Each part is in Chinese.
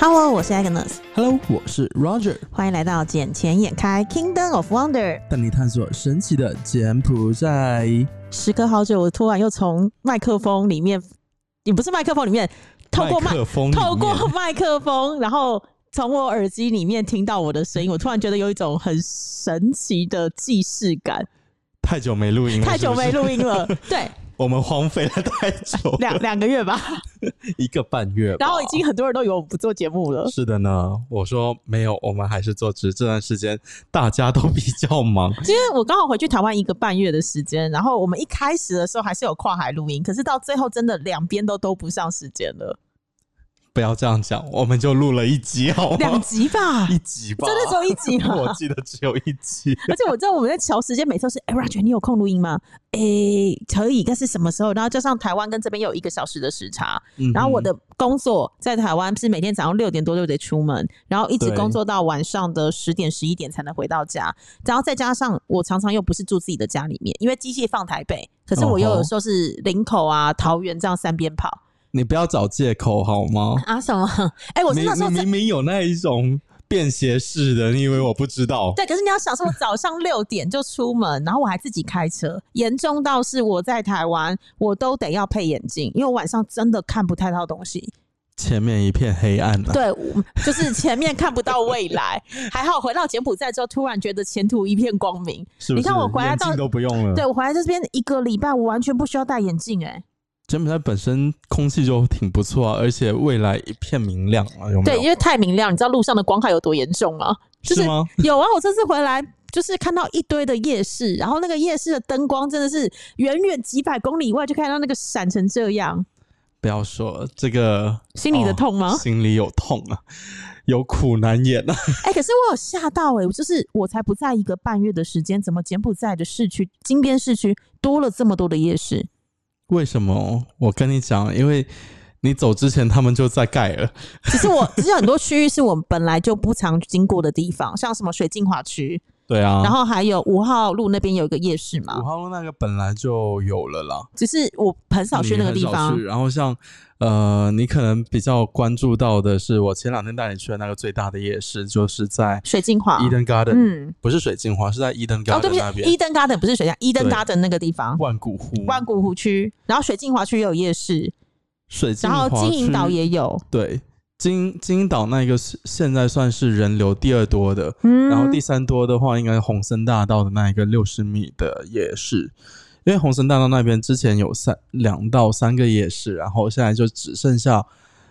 Hello， 我是 Agnes。Hello， 我是 Roger。 欢迎来到捡钱眼开 Kingdom of Wonder， 带你探索神奇的柬埔寨。 时隔好久，我突然又从麦克风里面，也不是麦克风里面，透过麦克风，然后从我耳机里面听到我的声音，我突然觉得有一种很神奇的既视感。 太久没录音了， 对。 我们荒废了太久了， 两个月吧 ，1个半月吧。 然后已经很多人都以为我们不做节目了。 是的呢，我说没有，我们还是做，只是这段时间大家都比较忙。 今天我刚好回去台湾1个半月的时间，然后我们一开始的时候还是有跨海录音，可是到最后真的两边都不上时间了。 不要这样讲，我们就录了1集好吗 ？2集吧 ，1集吧， 真的只有1集吗？ 我记得只有1集。 而且我知道我们在调时间，每次都是Roger 你有空录音吗？可以，但是什么时候？然后加上台湾跟这边有1个小时的时差，然后我的工作在台湾是每天早上6点多就得出门，然后一直工作到晚上的10点11点才能回到家，然后再加上我常常又不是住自己的家里面，因为机械放台北，可是我又有时候是林口啊、桃园这样3边跑。 你不要找借口好吗？ 啊什么？我是那时候你明明有那一种便携式的，你以为我不知道？ 对，可是你要想说，我早上6点就出门，然后我还自己开车，严重到是我在台湾，我都得要配眼镜，因为我晚上真的看不太到东西。 前面一片黑暗啊。 对，就是前面看不到未来。还好回到柬埔寨之后，突然觉得前途一片光明。 是不是？ 你看我回来到眼镜都不用了。 对，我回来这边1个礼拜，我完全不需要戴眼镜柬埔寨本身空气就挺不错啊，而且未来一片明亮啊，有没有？ 对，因为太明亮，你知道路上的光害有多严重吗？ 是吗？ 有啊，我这次回来就是看到一堆的夜市，然后那个夜市的灯光真的是远远几百公里以外就看到那个闪成这样。 不要说这个， 心里的痛吗？ 心里有痛啊，有苦难言啊。 可是我有吓到就是我才不在1个半月的时间，怎么柬埔寨的市区金边市区多了这么多的夜市？ 为什么？我跟你讲，因为你走之前他们就在盖了。 只是很多区域是我们本来就不常经过的地方，像什么水晶华区， 对啊， 然后还有5号路那边有一个夜市嘛 ，5号路那个本来就有了啦， 只是我很少去那个地方。 然后像你可能比较关注到的是，我前2天带你去的那个最大的夜市，就是在水晶华 Eden Garden，不是水晶华，是在 Eden Garden 对不起那边。 Eden Garden 不是水晶 ，Eden Garden 那个地方， 万古湖区，然后水晶华区也有夜市，然后金银岛也有， 对。金银岛那个现在算是人流第2多的，然后第3多的话应该是洪森大道的那一个60米的夜市，因为洪森大道那边之前有2到3个夜市，然后现在就只剩下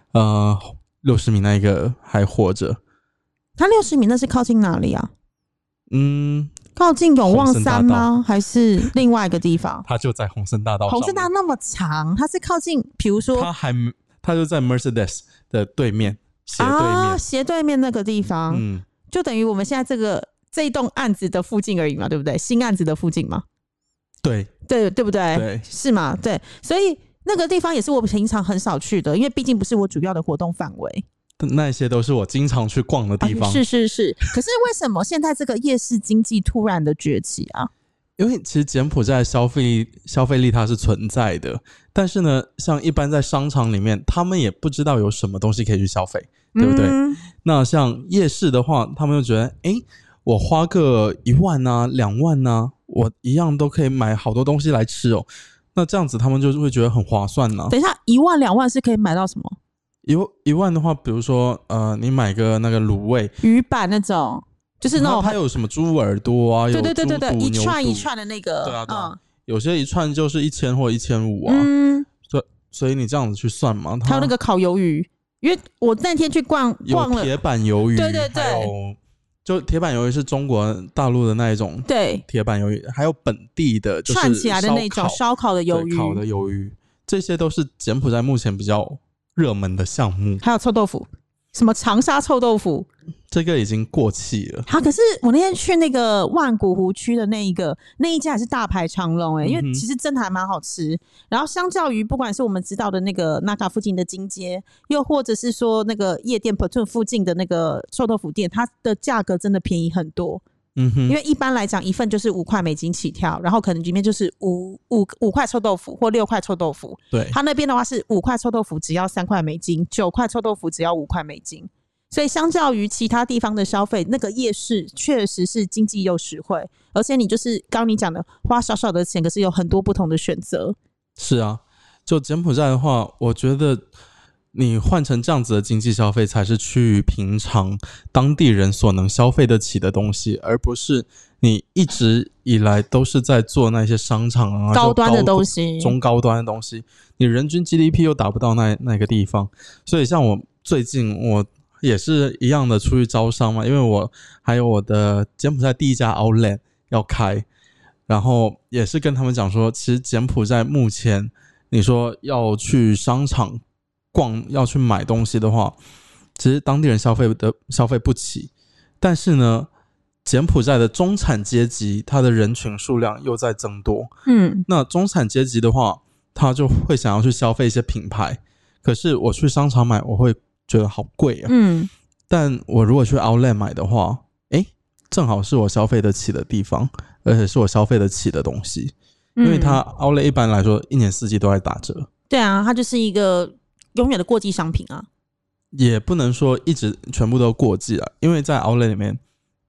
60米那一个还活着。 它60米那是靠近哪里啊？靠近永旺山吗？还是另外一个地方？ 它就在洪森大道上面。 洪森大道那么长，它是靠近，比如说它就在 Mercedes 的对面， 斜对面那个地方，就等于我们现在这一栋案子的附近而已嘛，对不对？新案子的附近嘛，对不对？ 对， 是嘛？对，所以那个地方也是我平常很少去的，因为毕竟不是我主要的活动范围。 那些都是我经常去逛的地方。 是，可是为什么现在这个夜市经济突然的崛起啊？ 因为其实柬埔寨消费力它是存在的，但是呢，像一般在商场里面，他们也不知道有什么东西可以去消费，对不对？那像夜市的话，他们就觉得，我花个1万啊、2万啊，我一样都可以买好多东西来吃哦。那这样子他们就会觉得很划算啊。 等一下，1万2万是可以买到什么 ？1万的话，比如说你买个那个卤味、 鱼板那种。就是那种它有什么猪耳朵啊， 对，一串一串的那个， 对啊，有些一串就是1000或1500啊，所以你这样子去算嘛， 还有那个烤鱿鱼，因为我那天去逛了， 有铁板鱿鱼， 对， 就铁板鱿鱼是中国大陆的那一种， 对， 铁板鱿鱼，还有本地的就是串起来的那种烧烤的鱿鱼， 烤的鱿鱼，这些都是柬埔寨目前比较热门的项目， 还有臭豆腐。什么长沙臭豆腐， 这个已经过气了。 可是我那天去那个万古湖区的那一家也是大排长龙因为其实真的还蛮好吃。然后相较于不管是我们知道的那个那卡附近的金街，又或者是说那个夜店 Platoon 附近的那个臭豆腐店，它的价格真的便宜很多。因为一般来讲一份就是$5起跳，然后可能里面就是5块臭豆腐或6块臭豆腐。 对， 他那边的话是5块臭豆腐只要$3，9块臭豆腐只要$5。 所以相较于其他地方的消费，那个夜市确实是经济又实惠，而且你就是刚刚你讲的花少少的钱，可是有很多不同的选择。 是啊，就柬埔寨的话，我觉得你换成这样子的经济消费才是趋于平常当地人所能消费得起的东西，而不是你一直以来都是在做那些商场啊高端的东西中高端的东西，你人均 GDP 又达不到那个地方。所以像我最近我也是一样的出去招商嘛，因为我还有我的柬埔寨第一家 outlet 要开，然后也是跟他们讲说，其实柬埔寨目前你说要去商场逛要去买东西的话，其实当地人消费不起，但是呢柬埔寨的中产阶级它的人群数量又在增多，那中产阶级的话他就会想要去消费一些品牌，可是我去商场买我会觉得好贵啊，但我如果去 outlet 买的话，正好是我消费得起的地方，而且是我消费得起的东西，因为它 outlet 一般来说一年四季都在打折。 对啊，它就是一个永远的过季商品啊， 也不能说一直全部都过季了，因为在 outlet 里面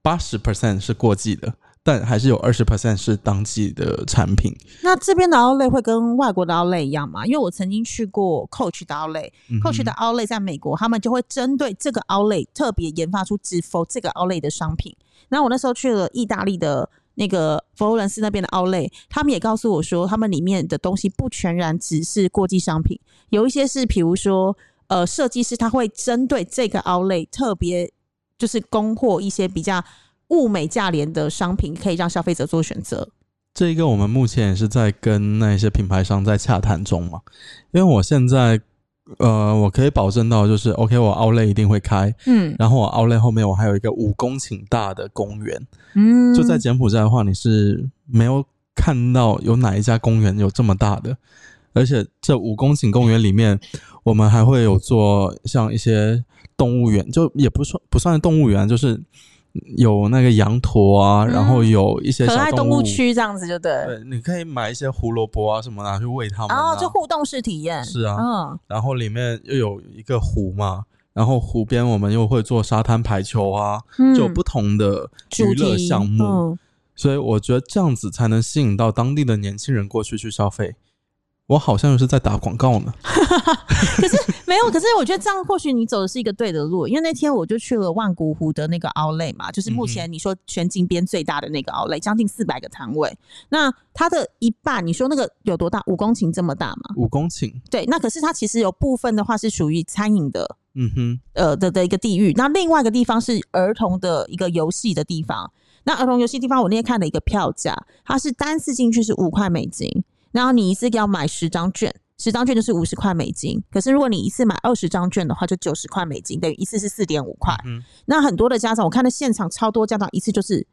80% 是过季的，但还是有 20% 是当季的产品。 那这边的 outlet 会跟外国的 outlet 一样吗？因为我曾经去过 Coach 的 outlet，Coach 的 outlet 在美国他们就会针对这个 outlet 特别研发出只 for 这个 outlet 的商品。然后我那时候去了意大利的那个佛罗伦斯那边的 outlet， 他们也告诉我说他们里面的东西不全然只是过季商品，有一些是比如说设计师他会针对这个 outlet 特别就是供货一些比较物美价廉的商品，可以让消费者做选择。 这个我们目前也是在跟那些品牌商在洽谈中嘛，因为我现在我可以保证到就是 OK 我 outlet 一定会开，然后我 outlet 后面我还有一个5公顷大的公园，就在柬埔寨的话你是没有看到有哪一家公园有这么大的，而且这5公顷公园里面我们还会有做像一些动物园，就也不算动物园，就是有那个羊驼啊，然后有一些小动物， 可爱动物区这样子就对。 对，你可以买一些胡萝卜啊什么拿去喂它们啊， 就互动式体验。 是啊，然后里面又有一个湖嘛，然后湖边我们又会做沙滩排球啊，就有不同的娱乐项目，所以我觉得这样子才能吸引到当地的年轻人过去消费。我好像又是在打广告呢可是没有，可是我觉得这样或许你走的是一个对的路，因为那天我就去了万古湖的那个 outlet 嘛，就是目前你说全金边最大的那个 outlet， 将近400个摊位，那它的一半你说那个有多大？5公顷这么大吗 ？5公顷， 对，那可是它其实有部分的话是属于餐饮的的一个地域，那另外一个地方是儿童的一个游戏的地方，那儿童游戏地方我那天看了一个票价，它是单次进去是$5，然后你一次要买10张券，10张券就是$50，可是如果你一次买20张券的话就$90，等于一次是4.5块。那很多的家长，我看到现场超多家长一次就是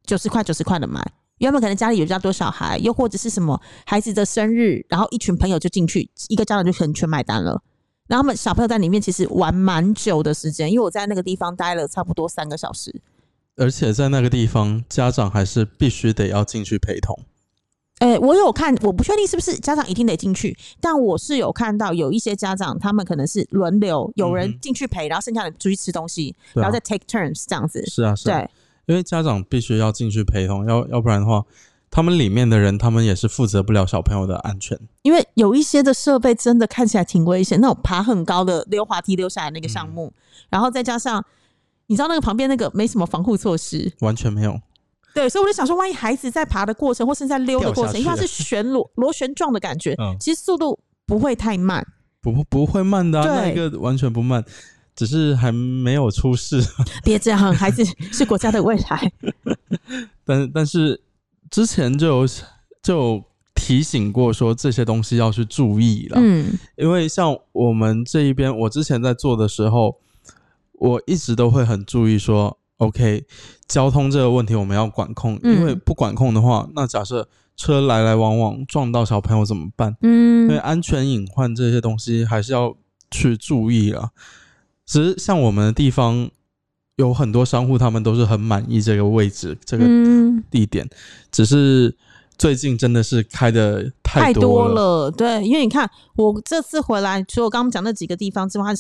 90块的买，原本可能家里有比较多小孩，又或者是什么孩子的生日，然后一群朋友就进去，一个家长就可能全买单了，然后他们小朋友在里面其实玩蛮久的时间，因为我在那个地方待了差不多3个小时， 而且在那个地方家长还是必须得要进去陪同。 我有看，我不确定是不是家长一定得进去，但我是有看到有一些家长他们可能是轮流，有人进去陪，然后剩下的出去吃东西，然后再 take turns 这样子。 是啊，是啊， 对， 因为家长必须要进去陪同，要不然的话他们里面的人他们也是负责不了小朋友的安全， 因为有一些的设备真的看起来挺危险，那种爬很高的溜滑梯溜下来那个项目，然后再加上你知道那个旁边那个没什么防护措施， 完全没有。 对，所以我就想说万一孩子在爬的过程或是在溜的过程，因为它是螺旋状的感觉，其实速度不会太慢， 不会慢的那个完全不慢，只是还没有出事。 别这样，孩子是国家的未来。 但是之前就有提醒过说这些东西要去注意啦，因为像我们这一边，我之前在做的时候，我一直都会很注意说 OK 交通这个问题我们要管控，因为不管控的话，那假设车来来往往撞到小朋友怎么办？因为安全隐患这些东西还是要去注意啦。只是像我们的地方有很多商户他们都是很满意这个位置这个地点，只是最近真的是开的太多了。 对，因为你看我这次回来除了我刚刚讲那几个地方之外，是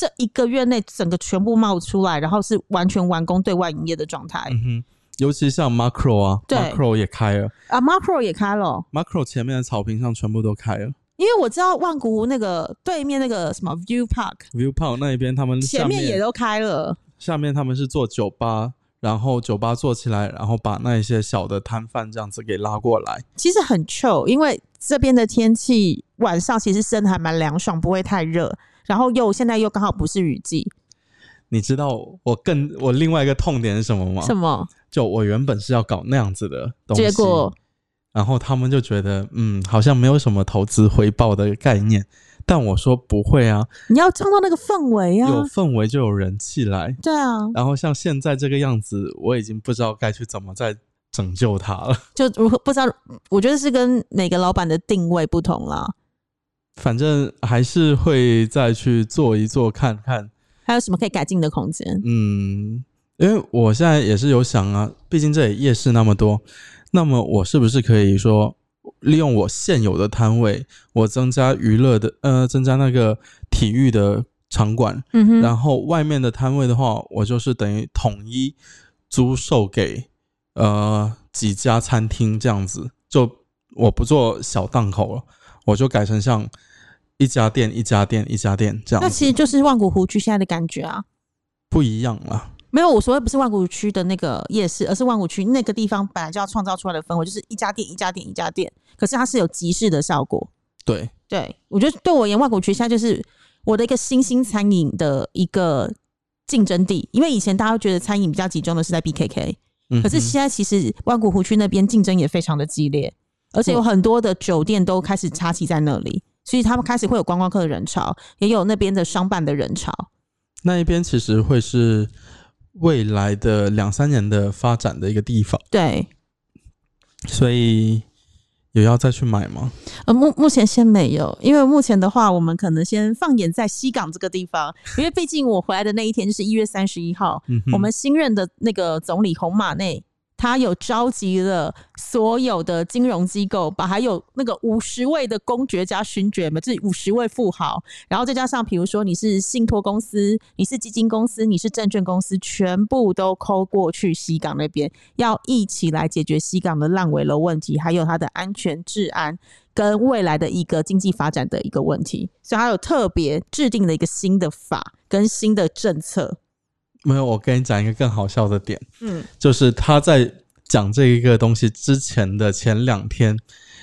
这1个月内整个全部冒出来，然后是完全完工对外营业的状态。 尤其像 Macro 啊 ，Macro 也开了啊 ，Macro 也开了 ，Macro 前面的草坪上全部都开了。 因为我知道万古湖那个对面那个什么 View Park 那一边他们前面也都开了， 下面他们是做酒吧，然后酒吧做起来，然后把那一些小的摊贩这样子给拉过来。 其实很 chill， 因为这边的天气晚上其实真的还蛮凉爽，不会太热，然后现在又刚好不是雨季。 你知道我另外一个痛点是什么吗？ 什么？ 就我原本是要搞那样子的东西， 结果然后他们就觉得好像没有什么投资回报的概念，但我说不会啊， 你要创造那个氛围啊， 有氛围就有人气来。 对啊， 然后像现在这个样子，我已经不知道该去怎么再拯救它了。 就不知道，我觉得是跟每个老板的定位不同啦。 反正还是会再去做一做看看， 还有什么可以改进的空间。 因为我现在也是有想啊，毕竟这里夜市那么多，那么我是不是可以说利用我现有的摊位，我增加娱乐的增加那个体育的场馆，然后外面的摊位的话，我就是等于统一租售给几家餐厅这样子，就我不做小档口了，我就改成像一家店一家店一家店这样子。 那其实就是万古湖区现在的感觉啊， 不一样啦。 没有，我所谓不是万古区的那个夜市，而是万古区那个地方本来就要创造出来的氛围，就是一家店一家店一家店，可是它是有集市的效果。 对， 我觉得对我而言，万古区现在就是我的一个新兴餐饮的一个竞争地，因为以前大家都觉得餐饮比较集中的是在 BKK，可是现在其实万古湖区那边竞争也非常的激烈，而且有很多的酒店都开始插旗在那里，所以他们开始会有观光客的人潮，也有那边的商办的人潮。 那一边其实会是未来的2-3年的发展的一个地方。 对， 所以有要再去买吗？ 目前先没有，因为目前的话，我们可能先放眼在西港这个地方，因为毕竟我回来的那一天就是1月31号，我们新任的那个总理洪马内，他有召集了所有的金融机构，还有那个50位的公爵加勋爵们，这50位富豪，然后再加上比如说你是信托公司，你是基金公司，你是证券公司，全部都扣过去西港那边，要一起来解决西港的烂尾楼问题，还有它的安全治安跟未来的一个经济发展的一个问题，所以他有特别制定了一个新的法跟新的政策。 没有，我跟你讲一个更好笑的点，就是他在讲这一个东西之前的前2天，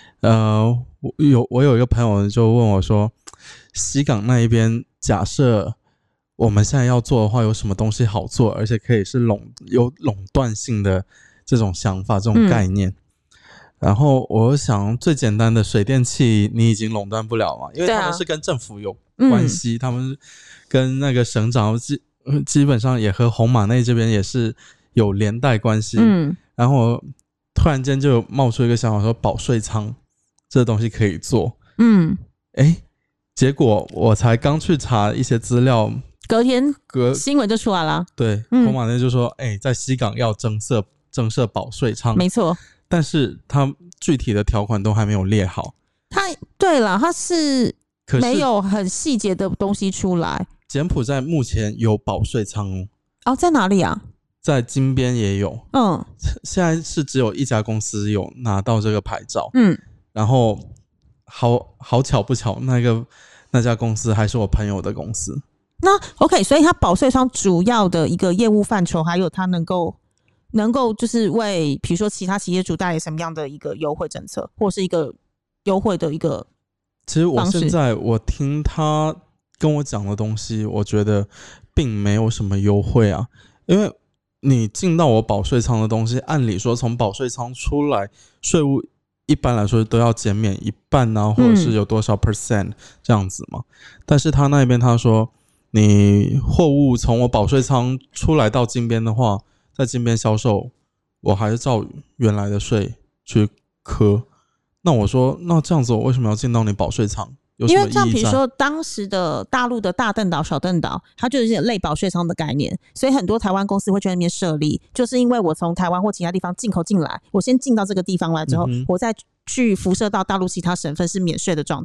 我有一个朋友就问我说，西港那一边假设我们现在要做的话，有什么东西好做，而且可以是有垄断性的这种想法这种概念。然后我想最简单的水电气你已经垄断不了嘛，因为他们是跟政府有关系，他们跟那个省长基本上也和红马内这边也是有连带关系。然后突然间就冒出一个想法说保税仓这东西可以做。结果我才刚去查一些资料， 隔天新闻就出来了。对， 红马内就说在西港要增设保税仓， 没错， 但是他具体的条款都还没有列好。 对了，他是没有很细节的东西出来。 柬埔寨目前有保税仓在哪里啊？ 在金边也有。现在是只有一家公司有拿到这个牌照。然后好巧不巧，那家公司还是我朋友的公司。 那 OK， 所以他保税仓主要的一个业务范畴，还有他能够就是为比如说其他企业主带来什么样的一个优惠政策，或是一个优惠的一个方式。 其实我现在我听他跟我讲的东西，我觉得并没有什么优惠啊，因为你进到我保税仓的东西，按理说从保税仓出来，税务一般来说都要减免1半啊，或者是有多少 % 这样子嘛。但是他那边他说，你货物从我保税仓出来到金边的话，在金边销售，我还是照原来的税去科。那我说，那这样子我为什么要进到你保税仓？ 因为像比如说当时的大陆的大邓岛、小邓岛，它就是有类保税仓的概念，所以很多台湾公司会去那边设立，就是因为我从台湾或其他地方进口进来，我先进到这个地方来之后，我再去辐射到大陆其他省份是免税的状态。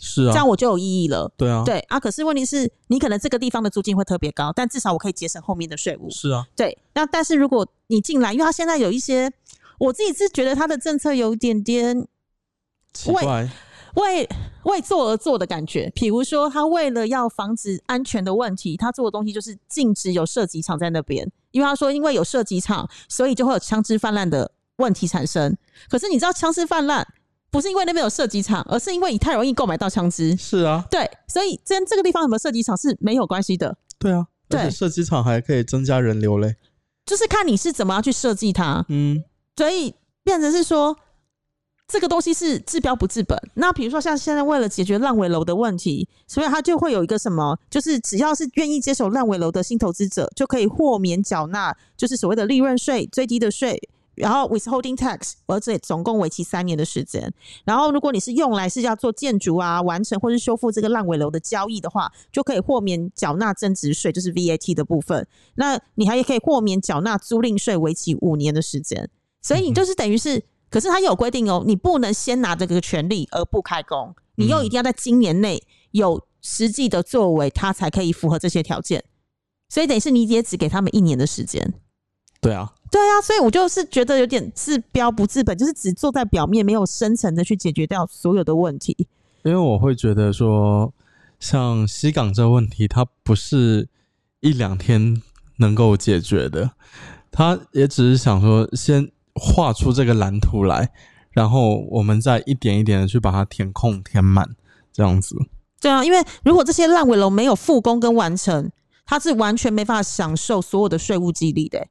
是啊， 这样我就有意义了。 对啊， 对啊，可是问题是你可能这个地方的租金会特别高，但至少我可以节省后面的税务。 是啊， 对，那但是如果你进来，因为他现在有一些，我自己是觉得他的政策有一点点奇怪， 为做而做的感觉。比如说，他为了要防止安全的问题，他做的东西就是禁止有射击场在那边，因为他说因为有射击场，所以就会有枪支泛滥的问题产生。可是你知道枪支泛滥不是因为那边有射击场，而是因为你太容易购买到枪支。 是啊， 对，所以跟这个地方有没有射击场是没有关系的。 对啊， 对， 而且射击场还可以增加人流嘞， 就是看你是怎么样去设计它。所以变成是说这个东西是治标不治本。那比如说像现在为了解决烂尾楼的问题，所以它就会有一个什么，就是只要是愿意接手烂尾楼的新投资者，就可以豁免缴纳就是所谓的利润税最低的税，然后 withholding tax， 而且总共为期3年的时间。然后如果你是用来是要做建筑啊、完成或是修复这个烂尾楼的交易的话，就可以豁免缴纳增值税，就是 VAT 的部分。那你还可以豁免缴纳租赁税，为期5年的时间。所以你就是等于是，可是它有规定哦，你不能先拿这个权利而不开工，你又一定要在今年内有实际的作为，它才可以符合这些条件。所以等于是你也只给他们1年的时间。 对啊， 对啊，所以我就是觉得有点治标不治本，就是只做在表面，没有深层的去解决掉所有的问题。 因为我会觉得说，像西港这问题，它不是1-2天能够解决的，他也只是想说先画出这个蓝图来，然后我们再一点一点的去把它填空填满，这样子。 对啊，因为如果这些烂尾楼没有复工跟完成，它是完全没办法享受所有的税务激励的。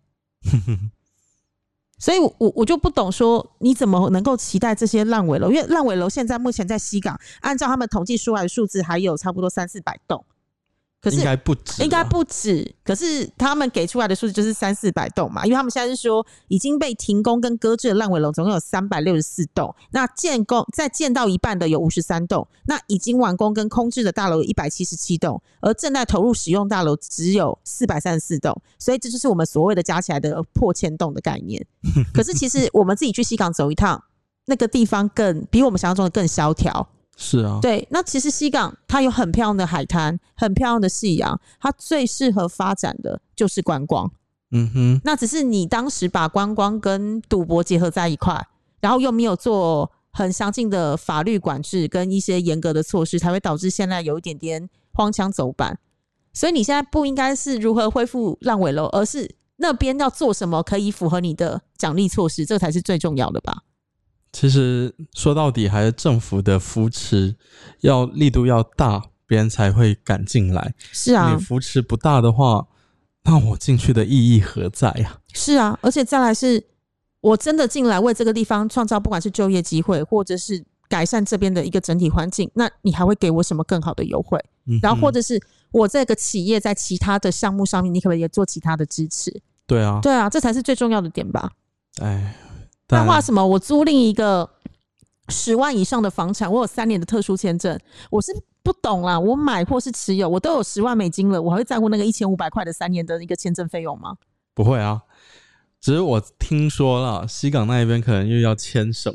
所以我就不懂说你怎么能够期待这些烂尾楼，因为烂尾楼现在目前在西港，按照他们统计出来的数字，还有差不多300-400栋。可是应该不止， 应该不止。可是他们给出来的数字就是300-400栋嘛，因为他们现在是说已经被停工跟搁置的烂尾楼总共有364栋，那再建到一半的有53栋，那已经完工跟空置的大楼有177栋，而正在投入使用大楼只有434栋，所以这就是我们所谓的加起来的破千栋的概念。可是其实我们自己去西港走一趟，那个地方比我们想象中的更萧条。 是啊， 对，那其实西港它有很漂亮的海滩，很漂亮的夕阳，它最适合发展的就是观光。那只是你当时把观光跟赌博结合在一块，然后又没有做很详尽的法律管制跟一些严格的措施，才会导致现在有一点点荒腔走板。所以你现在不应该是如何恢复烂尾楼，而是那边要做什么可以符合你的奖励措施，这才是最重要的吧。 其实说到底还是政府的扶持要力度要大，别人才会敢进来。 是啊， 你扶持不大的话，那我进去的意义何在啊？ 是啊，而且再来是我真的进来为这个地方创造不管是就业机会，或者是改善这边的一个整体环境，那你还会给我什么更好的优惠？然后或者是我这个企业在其他的项目上面，你可不可以也做其他的支持？ 对啊， 对啊，这才是最重要的点吧。 哎， 那话什么？我租赁一个10万以上的房产，我有3年的特殊签证，我是不懂啦。我买或是持有，我都有$10万了，我还会在乎那个1500块的3年的一个签证费用吗？ 不会啊，只是我听说啦，西港那一边可能又要签省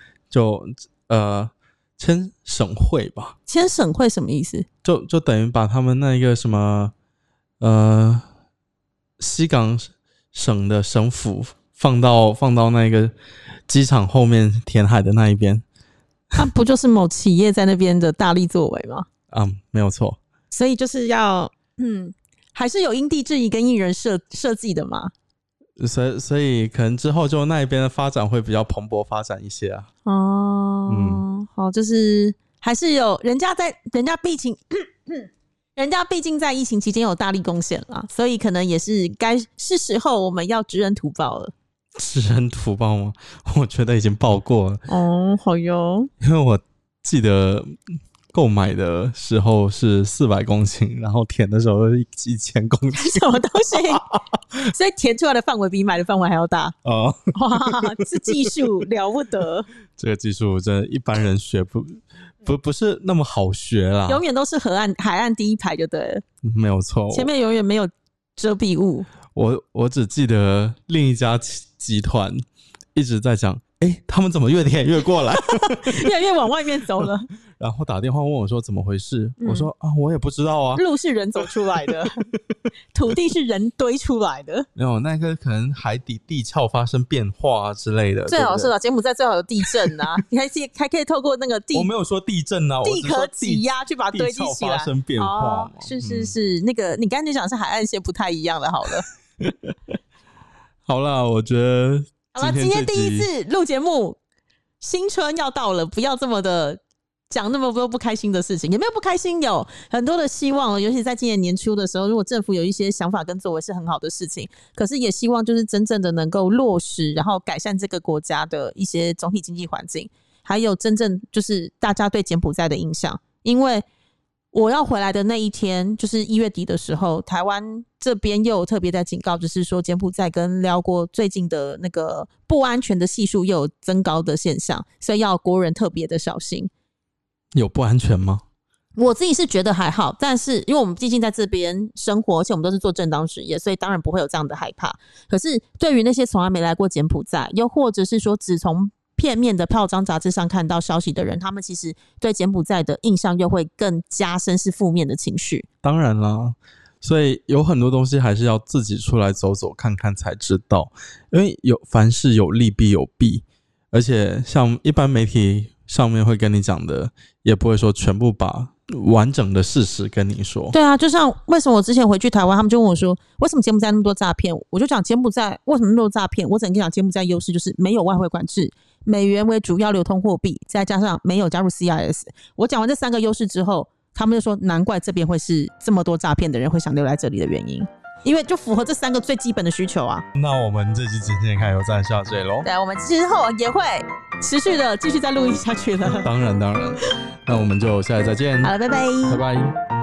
会吧？ 签省会什么意思？ 就等于把他们那一个什么西港省的省府放到那个机场后面填海的那一边， 那不就是某企业在那边的大力作为吗？ 没有错。 所以就是要还是有因地制宜跟因人设计的嘛。 所以可能之后就那一边的发展会比较蓬勃发展一些啊。 好，就是还是有人家毕竟在疫情期间有大力贡献啦，所以可能也是是时候我们要知恩图报了。 知恩图报吗？我觉得已经报过了。 好哟。 因为我记得购买的时候是400公顷，然后填的时候是1000公顷。 什么东西？所以填出来的范围比买的范围还要大。哇，这技术了不得。这个技术真的一般人学不是那么好学啦。 永远都是海岸第一排就对了。 没有错。 前面永远没有遮蔽物。 我只记得另一家集团一直在讲，他们怎么越填越过来， 越来越往外面走了。 然后打电话问我说怎么回事，我说啊我也不知道啊， 路是人走出来的，土地是人堆出来的， 没有那个可能海底地壳发生变化之类的， 最好是了，柬埔寨最好有地震啊，你还可以透过那个我没有说地震啊， 地壳挤压去把它堆积起来， 发生变化嘛， 是那个你刚才讲的是海岸线不太一样的，好了。 好啦，我觉得好了，今天第一次录节目，新春要到了，不要这么的讲那么多不开心的事情，也没有不开心，有很多的希望，尤其在今年年初的时候，如果政府有一些想法跟作为是很好的事情，可是也希望就是真正的能够落实，然后改善这个国家的一些总体经济环境，还有真正就是大家对柬埔寨的印象。因为我要回来的那一天就是1月底的时候，台湾这边又有特别在警告，就是说柬埔寨跟寮国最近的那个不安全的系数又有增高的现象，所以要国人特别的小心。 有不安全吗？ 我自己是觉得还好，但是因为我们毕竟在这边生活，而且我们都是做正当职业，所以当然不会有这样的害怕。可是对于那些从来没来过柬埔寨，又或者是说只从片面的报章杂志上看到消息的人，他们其实对柬埔寨的印象又会更加深是负面的情绪。 当然啦，所以有很多东西还是要自己出来走走看看才知道，因为凡事有利必有弊，而且像一般媒体上面会跟你讲的，也不会说全部把完整的事实跟你说。 对啊，就像为什么我之前回去台湾，他们就问我说为什么柬埔寨那么多诈骗，我就讲柬埔寨为什么那么多诈骗，我只能跟你讲柬埔寨优势就是没有外汇管制，美元为主要流通货币，再加上没有加入 CIS。 我讲完这3个优势之后，他们就说难怪这边会是这么多诈骗的人会想留在这里的原因，因为就符合这3个最基本的需求啊。 那我们这期今天看有站下这咯。 对，我们之后也会持续的继续再录音下去了。 当然，那我们就下次再见。 好了，拜拜， 拜拜。